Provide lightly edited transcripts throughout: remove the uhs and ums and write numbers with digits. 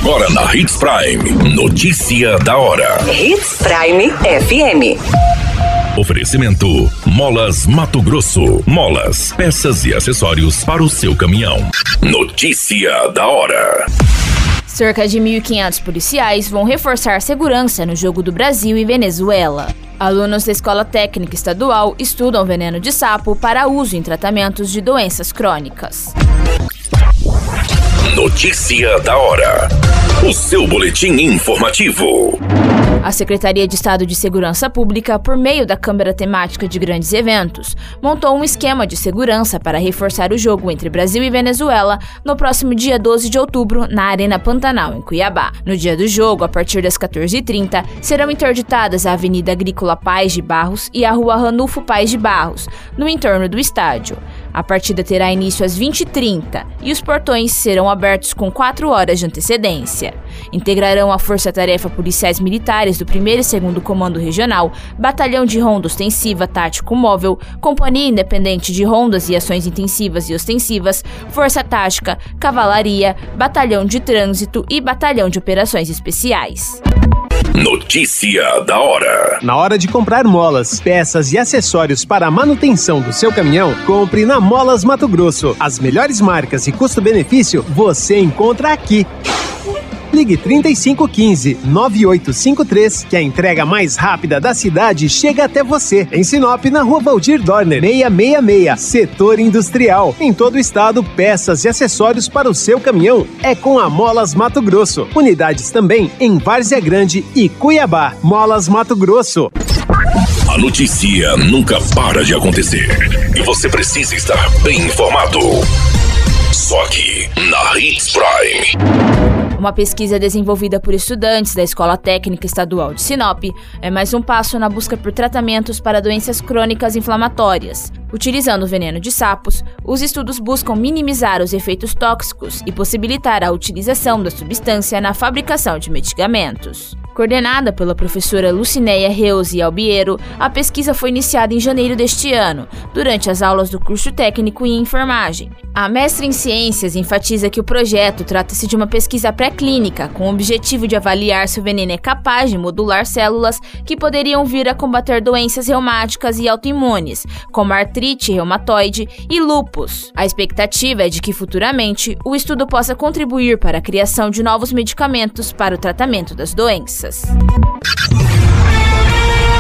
Agora na Hits Prime. Notícia da hora. Hits Prime FM. Oferecimento: Molas Mato Grosso. Molas, peças e acessórios para o seu caminhão. Notícia da hora. Cerca de 1.500 policiais vão reforçar segurança no jogo do Brasil e Venezuela. Alunos da Escola Técnica Estadual estudam veneno de sapo para uso em tratamentos de doenças crônicas. Notícia da hora. O seu boletim informativo. A Secretaria de Estado de Segurança Pública, por meio da Câmara Temática de Grandes Eventos, montou um esquema de segurança para reforçar o jogo entre Brasil e Venezuela no próximo dia 12 de outubro, na Arena Pantanal, em Cuiabá. No dia do jogo, a partir das 14h30, serão interditadas a Avenida Agrícola Paes de Barros e a Rua Ranulfo Paes de Barros, no entorno do estádio. A partida terá início às 20h30 e os portões serão abertos com 4 horas de antecedência. Integrarão a Força-Tarefa Policiais Militares do 1º e 2º Comando Regional, Batalhão de Ronda Ostensiva Tático Móvel, Companhia Independente de Rondas e Ações Intensivas e Ostensivas, Força Tática, Cavalaria, Batalhão de Trânsito e Batalhão de Operações Especiais. Notícia da hora. Na hora de comprar molas, peças e acessórios para a manutenção do seu caminhão, compre na Molas Mato Grosso. As melhores marcas e custo-benefício você encontra aqui. Ligue 3515-9853, que a entrega mais rápida da cidade chega até você. Em Sinop, na Rua Valdir Dorner, 666, Setor Industrial. Em todo o estado, peças e acessórios para o seu caminhão é com a Molas Mato Grosso. Unidades também em Várzea Grande e Cuiabá. Molas Mato Grosso. A notícia nunca para de acontecer e você precisa estar bem informado. Só aqui, na Hits Prime. Uma pesquisa desenvolvida por estudantes da Escola Técnica Estadual de Sinop é mais um passo na busca por tratamentos para doenças crônicas inflamatórias. Utilizando veneno de sapos, os estudos buscam minimizar os efeitos tóxicos e possibilitar a utilização da substância na fabricação de medicamentos. Coordenada pela professora Lucinéia Reuse Albiero, a pesquisa foi iniciada em janeiro deste ano, durante as aulas do curso técnico em enfermagem. A mestra em ciências enfatiza que o projeto trata-se de uma pesquisa pré-clínica, com o objetivo de avaliar se o veneno é capaz de modular células que poderiam vir a combater doenças reumáticas e autoimunes, como artrite reumatoide e lúpus. A expectativa é de que futuramente o estudo possa contribuir para a criação de novos medicamentos para o tratamento das doenças.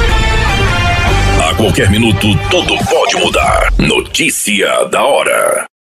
A qualquer minuto, tudo pode mudar. Notícia da hora.